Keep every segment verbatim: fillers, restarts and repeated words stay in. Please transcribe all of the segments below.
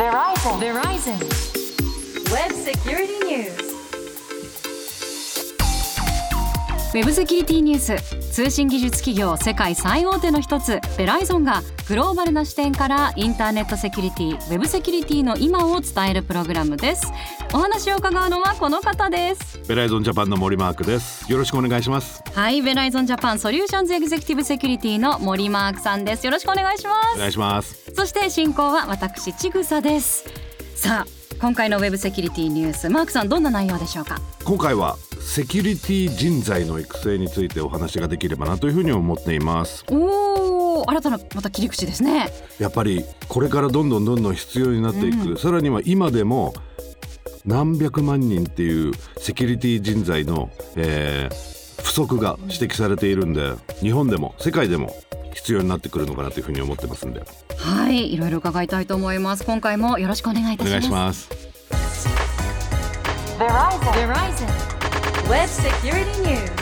Verizon Verizon Web Security News。 ウェブセキュリティニュース、通信技術企業世界最大手の一つベライゾンがグローバルな視点からインターネットセキュリティ、ウェブセキュリティの今を伝えるプログラムです。お話を伺うのはこの方です。 ベライゾンジャパンの森マークです。よろしくお願いします。 はい、ベライゾンジャパンソリューションズエグゼクティブセキュリティの森マークさんです。よろしくお願いします。 お願いします。 そして進行は私ちぐさです。さあ、今回のウェブセキュリティニュース、マークさんどんな内容でしょうか。 今回はセキュリティ人材の育成についてお話ができればなというふうに思っています。 おー、新たなまた切り口ですね。 やっぱりこれからどんどんどんどん必要になっていく、うん、さらには今でも何百万人っていうセキュリティ人材の、えー、不足が指摘されているんで、日本でも世界でも必要になってくるのかなというふうに思ってますんで、 はい、いろいろ伺いたいと思います。今回もよろしくお願いいたします。 お願いします。 Verizon Verizon Web Security News。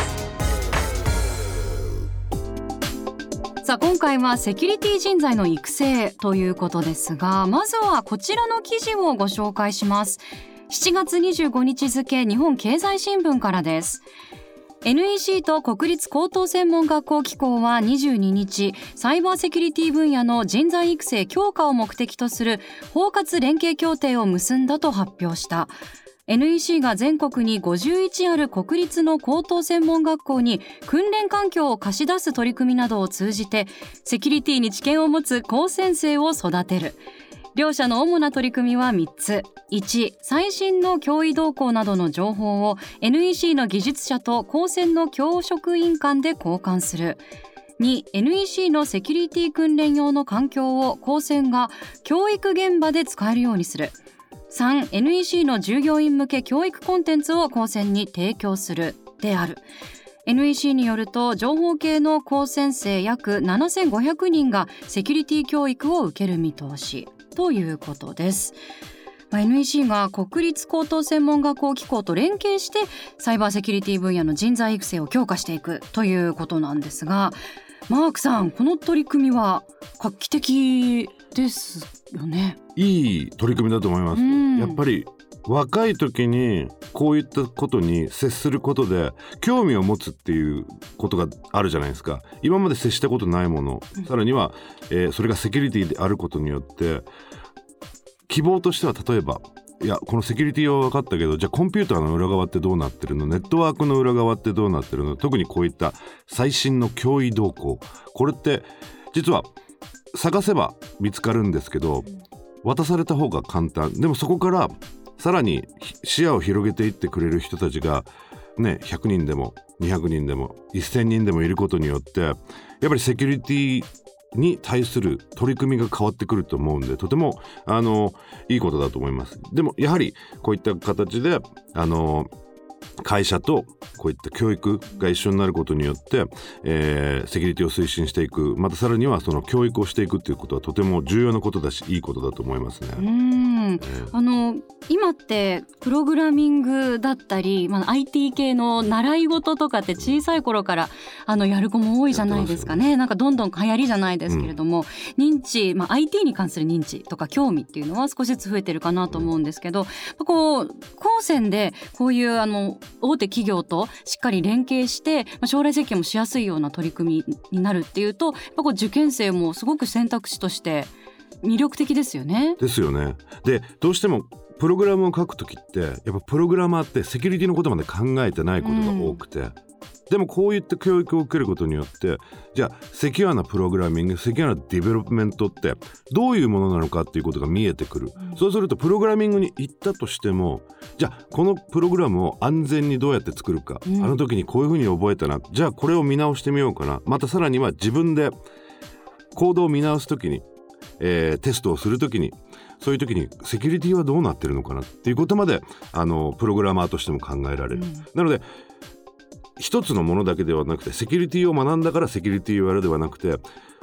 さあ、今回はセキュリティ人材の育成ということですが、まずはこちらの記事をご紹介します。しちがつにじゅうごにち付日本経済新聞からです。 エヌイーシー と国立高等専門学校機構はにじゅうににち、サイバーセキュリティ分野の人材育成強化を目的とする包括連携協定を結んだと発表した。エヌイーシー が全国にごじゅういちある国立の高等専門学校に訓練環境を貸し出す取り組みなどを通じて、セキュリティに知見を持つ高専生を育てる。両社の主な取り組みはみっつ。いち、最新の教員動向などの情報を エヌイーシー の技術者と高専の教職員間で交換する。に、エヌイーシー のセキュリティ訓練用の環境を高専が教育現場で使えるようにする。さん、エヌイーシー の従業員向け教育コンテンツを高専に提供するである。 エヌイーシー によると、情報系の高専生約ななせんごひゃくにんがセキュリティ教育を受ける見通しということです。エヌイーシー が国立高等専門学校機構と連携してサイバーセキュリティ分野の人材育成を強化していくということなんですが、マークさん、この取り組みは画期的ですよね。 いい取り組みだと思います。やっぱり若い時にこういったことに接することで興味を持つっていうことがあるじゃないですか。今まで接したことないもの、さらには、えー、それがセキュリティであることによって希望としては、例えばいやこのセキュリティは分かったけど、じゃあコンピューターの裏側ってどうなってるの、ネットワークの裏側ってどうなってるの、特にこういった最新の脅威動向、これって実は探せば見つかるんですけど、渡された方が簡単。でもそこからさらに視野を広げていってくれる人たちがね、ひゃくにんでもにひゃくにんでもせんにんでもいることによって、やっぱりセキュリティに対する取り組みが変わってくると思うんで、とてもあのいいことだと思います。でもやはりこういった形であの会社とこういった教育が一緒になることによって、えー、セキュリティを推進していく、またさらにはその教育をしていくっていうことはとても重要なことだし、いいことだと思いますね。 うーん、えー、あの今ってプログラミングだったり、まあ、アイティー 系の習い事とかって小さい頃からあのやる子も多いじゃないですかね。なんかどんどん流行りじゃないですけれども、うん、認知、まあ、アイティー に関する認知とか興味っていうのは少しずつ増えてるかなと思うんですけど、こう高専でこういうあの大手企業としっかり連携して、まあ、将来設計もしやすいような取り組みになるっていうと、やっぱこう受験生もすごく選択肢として魅力的ですよね。 ですよね。で、どうしてもプログラムを書くときってやっぱプログラマーってセキュリティのことまで考えてないことが多くて、うん、でもこういった教育を受けることによって、じゃあセキュアなプログラミング、セキュアなディベロップメントってどういうものなのかっていうことが見えてくる、うん、そうするとプログラミングに行ったとしても、じゃあこのプログラムを安全にどうやって作るか、うん、あの時にこういうふうに覚えたな、じゃあこれを見直してみようかな、またさらには自分でコードを見直す時に、えー、テストをする時に、そういう時にセキュリティはどうなってるのかなっていうことまであのプログラマーとしても考えられる、うん、なので一つのものだけではなくて、セキュリティを学んだからセキュリティをやるではなくて、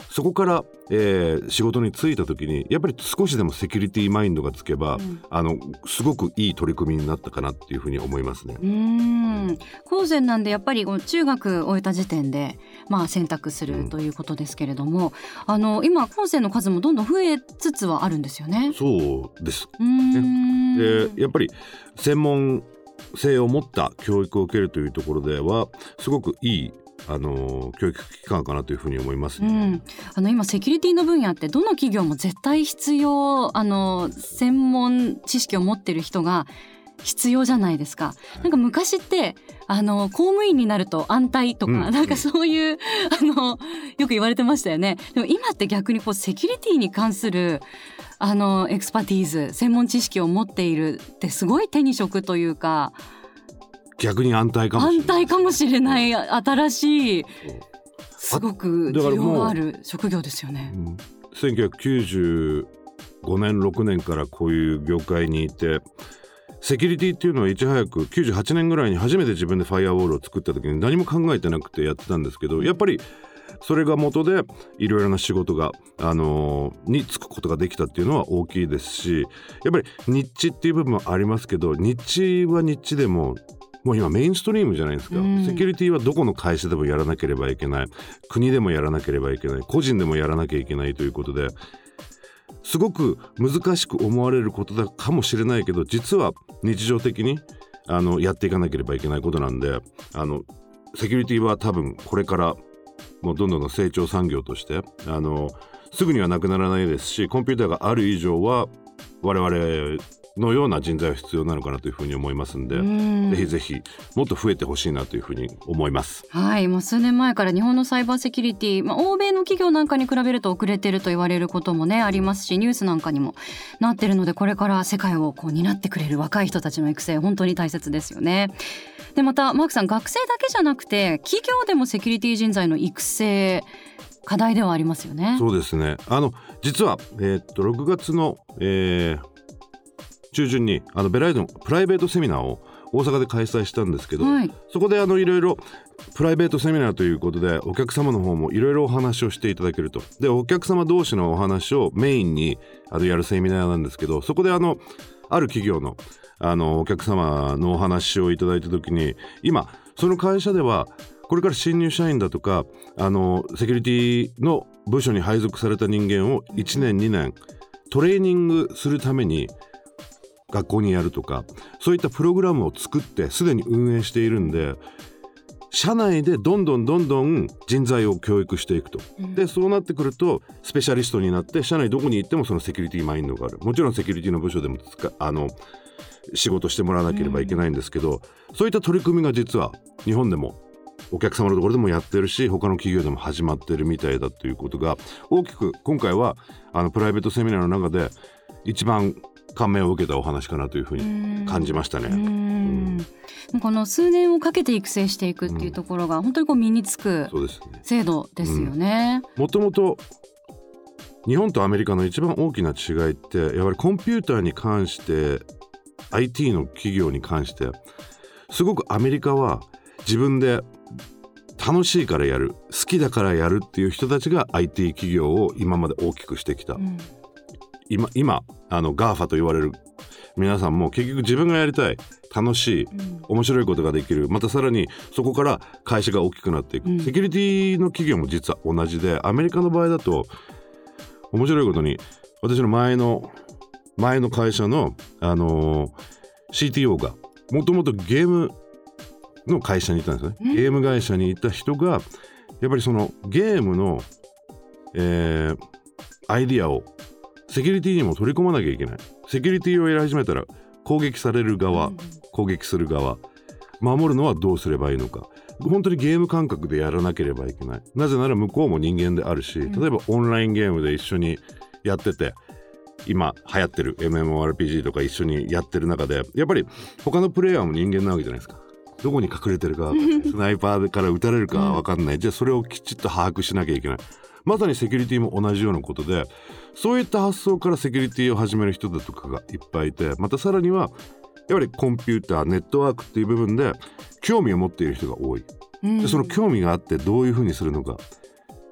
そこから、えー、仕事に就いた時にやっぱり少しでもセキュリティマインドがつけば、うん、あのすごくいい取り組みになったかなっていうふうに思いますね。 うーん、高専なんでやっぱり中学終えた時点で、まあ、選択するということですけれども、うん、あの今高専の数もどんどん増えつつはあるんですよね。 そうです、 うーん、 ね、でやっぱり専門性を持った教育を受けるというところではすごくいいあの教育機関かなというふうに思います、ね。うん、 あの今セキュリティの分野ってどの企業も絶対必要、あの専門知識を持っている人が必要じゃないですか。なんか昔ってあの公務員になると安泰とか、うん、なんかそういうあのよく言われてましたよね。でも今って逆にこうセキュリティに関するあのエクスパティーズ、専門知識を持っているってすごい手に職というか、 逆に安泰かもしれない安泰かもしれない新しいすごく需要がある職業ですよね。 うん、せんきゅうひゃくきゅうじゅうごねんろくねんからこういう業界にいて、セキュリティっていうのはいち早くきゅうじゅうはちねんぐらいに初めて自分でファイアウォールを作った時に何も考えてなくてやってたんですけど、やっぱりそれが元でいろいろな仕事が、あのー、に就くことができたっていうのは大きいですし、やっぱりニッチっていう部分はありますけど、ニッチはニッチでももう今メインストリームじゃないですか、うん、セキュリティはどこの会社でもやらなければいけない、国でもやらなければいけない、個人でもやらなきゃいけないということで、すごく難しく思われることだかもしれないけど、実は日常的にあのやっていかなければいけないことなんで、あのセキュリティは多分これからもうどんどん成長産業としてあのすぐにはなくならないですし、コンピューターがある以上は我々のような人材は必要なのかなというふうに思いますんで、んぜひぜひもっと増えてほしいなというふうに思います。 はい、もう数年前から日本のサイバーセキュリティ、まあ、欧米の企業なんかに比べると遅れてると言われることもねありますし、ニュースなんかにもなってるので、これから世界をこう担ってくれる若い人たちの育成、本当に大切ですよね。でまたマークさん、学生だけじゃなくて企業でもセキュリティ人材の育成課題ではありますよね。 そうですね、あの実は、えー、っとろくがつの、えー中旬にあのベライゾンプライベートセミナーを大阪で開催したんですけど、はい、そこであのいろいろプライベートセミナーということでお客様の方もいろいろお話をしていただけると。でお客様同士のお話をメインにあのやるセミナーなんですけど、そこであのある企業のあのお客様のお話をいただいた時に、今その会社ではこれから新入社員だとかあのセキュリティの部署に配属された人間をいちねんにねんトレーニングするために学校にやるとか、そういったプログラムを作ってすでに運営しているんで、社内でどんどんどんどん人材を教育していくと。でそうなってくるとスペシャリストになって、社内どこに行ってもそのセキュリティマインドがある。もちろんセキュリティの部署でもつかあの仕事してもらわなければいけないんですけど、そういった取り組みが実は日本でもお客様のところでもやってるし、他の企業でも始まってるみたいだということが大きく今回はあのプライベートセミナーの中で一番感銘を受けたお話かなというふうに感じましたね。うんうん、この数年をかけて育成していくっていうところが本当にこう身につく制度ですよね。 もともと日本とアメリカの一番大きな違いって、やはりコンピューターに関して アイティー の企業に関してすごくアメリカは自分で楽しいからやる、好きだからやるっていう人たちが アイティー 企業を今まで大きくしてきた。うん、今, 今あの ガーファ と言われる皆さんも結局自分がやりたい、楽しい、うん、面白いことができる、またさらにそこから会社が大きくなっていく、うん、セキュリティの企業も実は同じで、アメリカの場合だと面白いことに私の前の前の会社の、あのー、シーティーオー がもともとゲームの会社にいたんですね、うん、ゲーム会社にいた人がやっぱりそのゲームの、えー、アイディアをセキュリティにも取り込まなきゃいけない。セキュリティをやり始めたら攻撃される側、うん、攻撃する側、守るのはどうすればいいのか、本当にゲーム感覚でやらなければいけない。なぜなら向こうも人間であるし、例えばオンラインゲームで一緒にやってて、今流行ってる エムエムオーアールピージー とか一緒にやってる中で、やっぱり他のプレイヤーも人間なわけじゃないですか。どこに隠れてるか、スナイパーから撃たれるか分かんない、じゃあそれをきちっと把握しなきゃいけない。まさにセキュリティも同じようなことで、そういった発想からセキュリティを始める人だとかがいっぱいいて、またさらにはやっぱりコンピューター、ネットワークっていう部分で興味を持っている人が多い。でその興味があってどういうふうにするのか、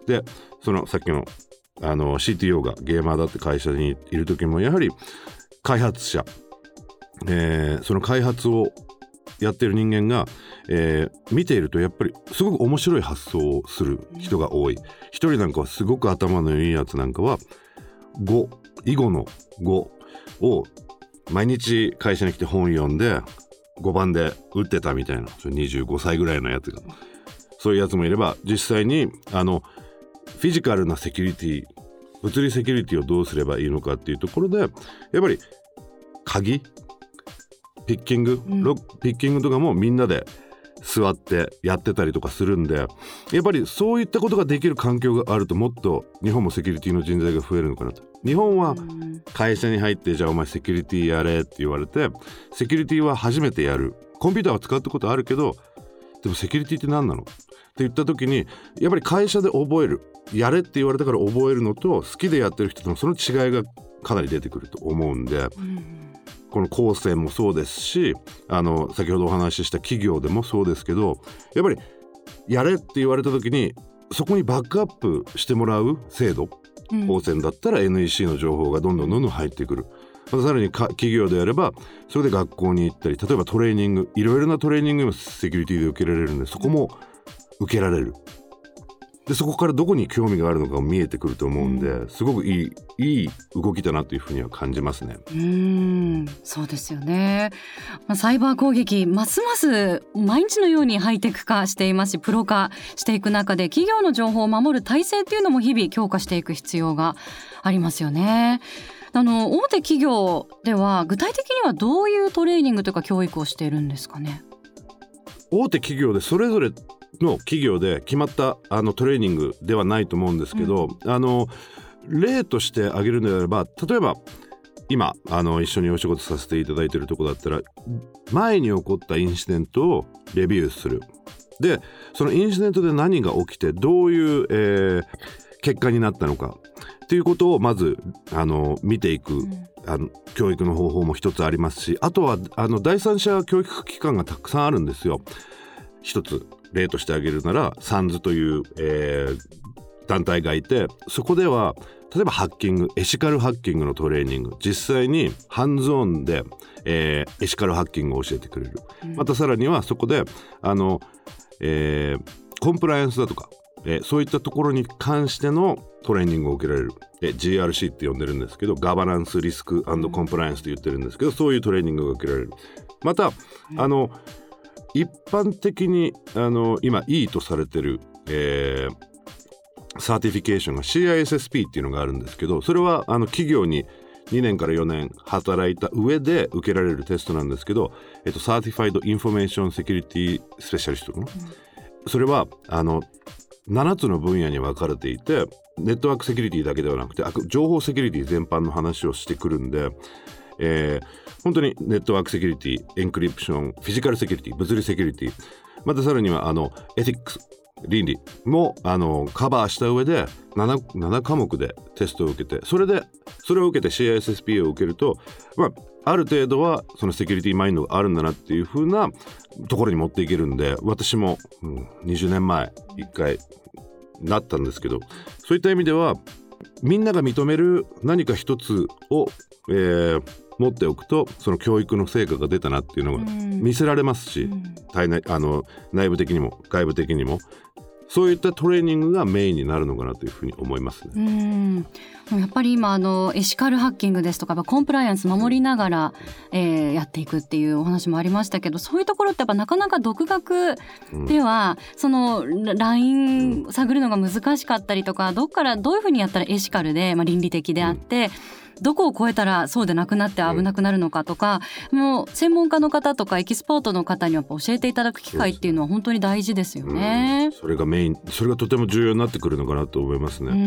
でそのさっきのあの シーティーオー がゲーマーだって会社にいる時もやはり開発者、えー、その開発をやってる人間が、えー、見ているとやっぱりすごく面白い発想をする人が多い。一人なんかはすごく頭のいいやつなんかは語囲碁の語を毎日会社に来て本読んでごばんで打ってたみたいな、それにじゅうごさいぐらいのやつが、そういうやつもいれば、実際にあのフィジカルなセキュリティ、物理セキュリティをどうすればいいのかっていうところでやっぱり鍵ピッキング、ロックピッキングとかもみんなで座ってやってたりとかするんで、やっぱりそういったことができる環境があるともっと日本もセキュリティの人材が増えるのかなと。日本は会社に入ってじゃあお前セキュリティやれって言われて、セキュリティは初めてやる、コンピューターは使ったことあるけどでもセキュリティって何なのって言った時にやっぱり会社で覚える、やれって言われたから覚えるのと好きでやってる人とのその違いがかなり出てくると思うんで、この高専もそうですし、あの先ほどお話しした企業でもそうですけど、やっぱりやれって言われた時にそこにバックアップしてもらう制度、うん、高専だったら エヌイーシー の情報がどんどんどんどん入ってくる。またさらにか企業であればそれで学校に行ったり、例えばトレーニング、いろいろなトレーニングもセキュリティで受けられるんで、そこも受けられる。でそこからどこに興味があるのかも見えてくると思うんで、うん、すごくいいいい動きだなというふうには感じますね。 うーん、そうですよね。サイバー攻撃ますます毎日のようにハイテク化していますし、プロ化していく中で企業の情報を守る体制というのも日々強化していく必要がありますよね。あの大手企業では具体的にはどういうトレーニングとか教育をしているんですかね。 大手企業でそれぞれの企業で決まったあのトレーニングではないと思うんですけど、うん、あの例として挙げるのであれば、例えば今あの一緒にお仕事させていただいているところだったら、前に起こったインシデントをレビューする。でそのインシデントで何が起きてどういう、えー、結果になったのかっていうことをまずあの見ていく、うん、あの教育の方法も一つありますし、あとはあの第三者教育機関がたくさんあるんですよ。一つ例として挙げるならサンズという、えー、団体がいて、そこでは例えばハッキング、エシカルハッキングのトレーニング、実際にハンズオンで、えー、エシカルハッキングを教えてくれる、うん、またさらにはそこであの、えー、コンプライアンスだとか、えー、そういったところに関してのトレーニングを受けられる、えー、ジーアールシー って呼んでるんですけど、ガバナンスリスク&コンプライアンスと言ってるんですけど、そういうトレーニングが受けられる。また、うん、あの一般的にあの今いいとされてる、えー、サーティフィケーションが シーアイエスエスピー っていうのがあるんですけど、それはあの企業ににねんからよねん働いた上で受けられるテストなんですけど、えっと、サーティファイドインフォメーションセキュリティスペシャリストかな、うん、それはあのななつの分野に分かれていて、ネットワークセキュリティだけではなくて情報セキュリティ全般の話をしてくるんで、えー、本当にネットワークセキュリティ、エンクリプション、フィジカルセキュリティ、物理セキュリティ、またさらにはあのエティックス、倫理もあのカバーした上で 7, なな科目でテストを受けて、それでそれを受けて シーアイエスエスピー を受けると、まあ、ある程度はそのセキュリティマインドがあるんだなっていう風なところに持っていけるんで、私も、うん、にじゅうねんまえいっかいなったんですけど、そういった意味ではみんなが認める何か一つを、えー、持っておくとその教育の成果が出たなっていうのが見せられますし、うん、体内あの内部的にも外部的にもそういったトレーニングがメインになるのかなというふうに思いますね。 うん、やっぱり今あのエシカルハッキングですとかコンプライアンス守りながら、えー、やっていくっていうお話もありましたけど、そういうところってやっぱなかなか独学では、うん、そのライン探るのが難しかったりとか、どっからどういうふうにやったらエシカルで、まあ、倫理的であって、うんどこを超えたらそうでなくなって危なくなるのかとか、うん、もう専門家の方とかエキスパートの方には教えていただく機会っていうのは本当に大事ですよね。 うん、それがメイン、それがとても重要になってくるのかなと思いますね。うん、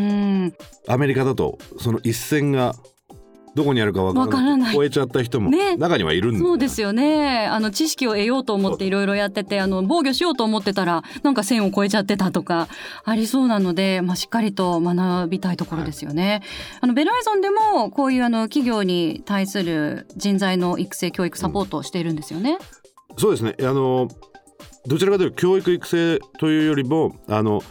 アメリカだとその一線がどこにあるか分からない超えちゃった人も中にはいるんで、ね、 そうですよね。あの知識を得ようと思っていろいろやってて、あの防御しようと思ってたらなんか線を越えちゃってたとかありそうなので、まあ、しっかりと学びたいところですよね。はい、あのベライゾンでもこういうあの企業に対する人材の育成教育サポートをしているんですよね。 うん、そうですね。あのどちらかというと教育育成というよりもあの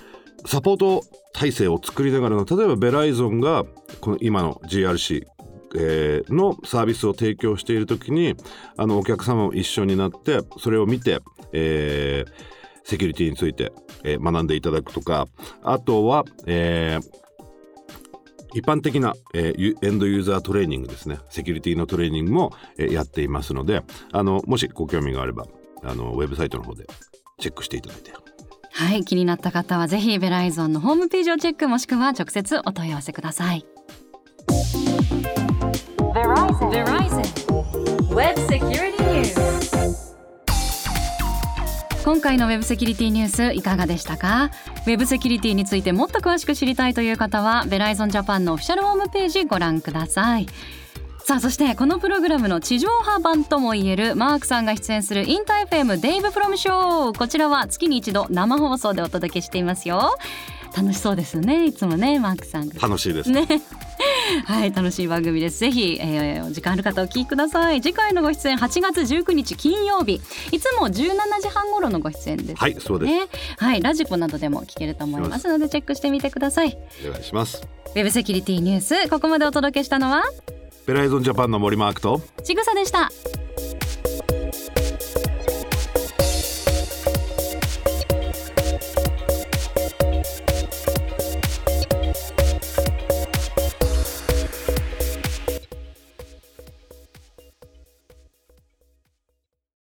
サポート体制を作りながらの、例えばベライゾンがこの今の ジーアールシー、えー、のサービスを提供している時に、あのお客様も一緒になってそれを見て、えー、セキュリティについて、えー、学んでいただくとか、あとは、えー一般的な、えー、エンドユーザートレーニングですね、セキュリティのトレーニングも、えー、やっていますので、あのもしご興味があればあのウェブサイトの方でチェックしていただいて、 はい、気になった方はぜひベライゾンのホームページをチェック、もしくは直接お問い合わせください。 Verizon, Verizon Web Security News。 今回のウェブセキュリティニュースいかがでしたか？ウェブセキュリティについてもっと詳しく知りたいという方はベライゾンジャパンのオフィシャルホームページご覧ください。さあ、そしてこのプログラムの地上波版ともいえるマークさんが出演するインター エフエム デイブフロムショー、こちらは月に一度生放送でお届けしていますよ。楽しそうですね、いつもね、マークさんが。 楽しいですねはい、楽しい番組です。ぜひ、えー、お時間ある方お聞きください。次回のご出演はちがつじゅうくにち金曜日、いつもじゅうしちじはん頃のご出演ですね。 はい、そうです、 はい、ラジコなどでも聞けると思いますのでチェックしてみてください。 お願いします。 ウェブセキュリティニュース、ここまでお届けしたのはベライゾンジャパンの森マークとちぐさでした。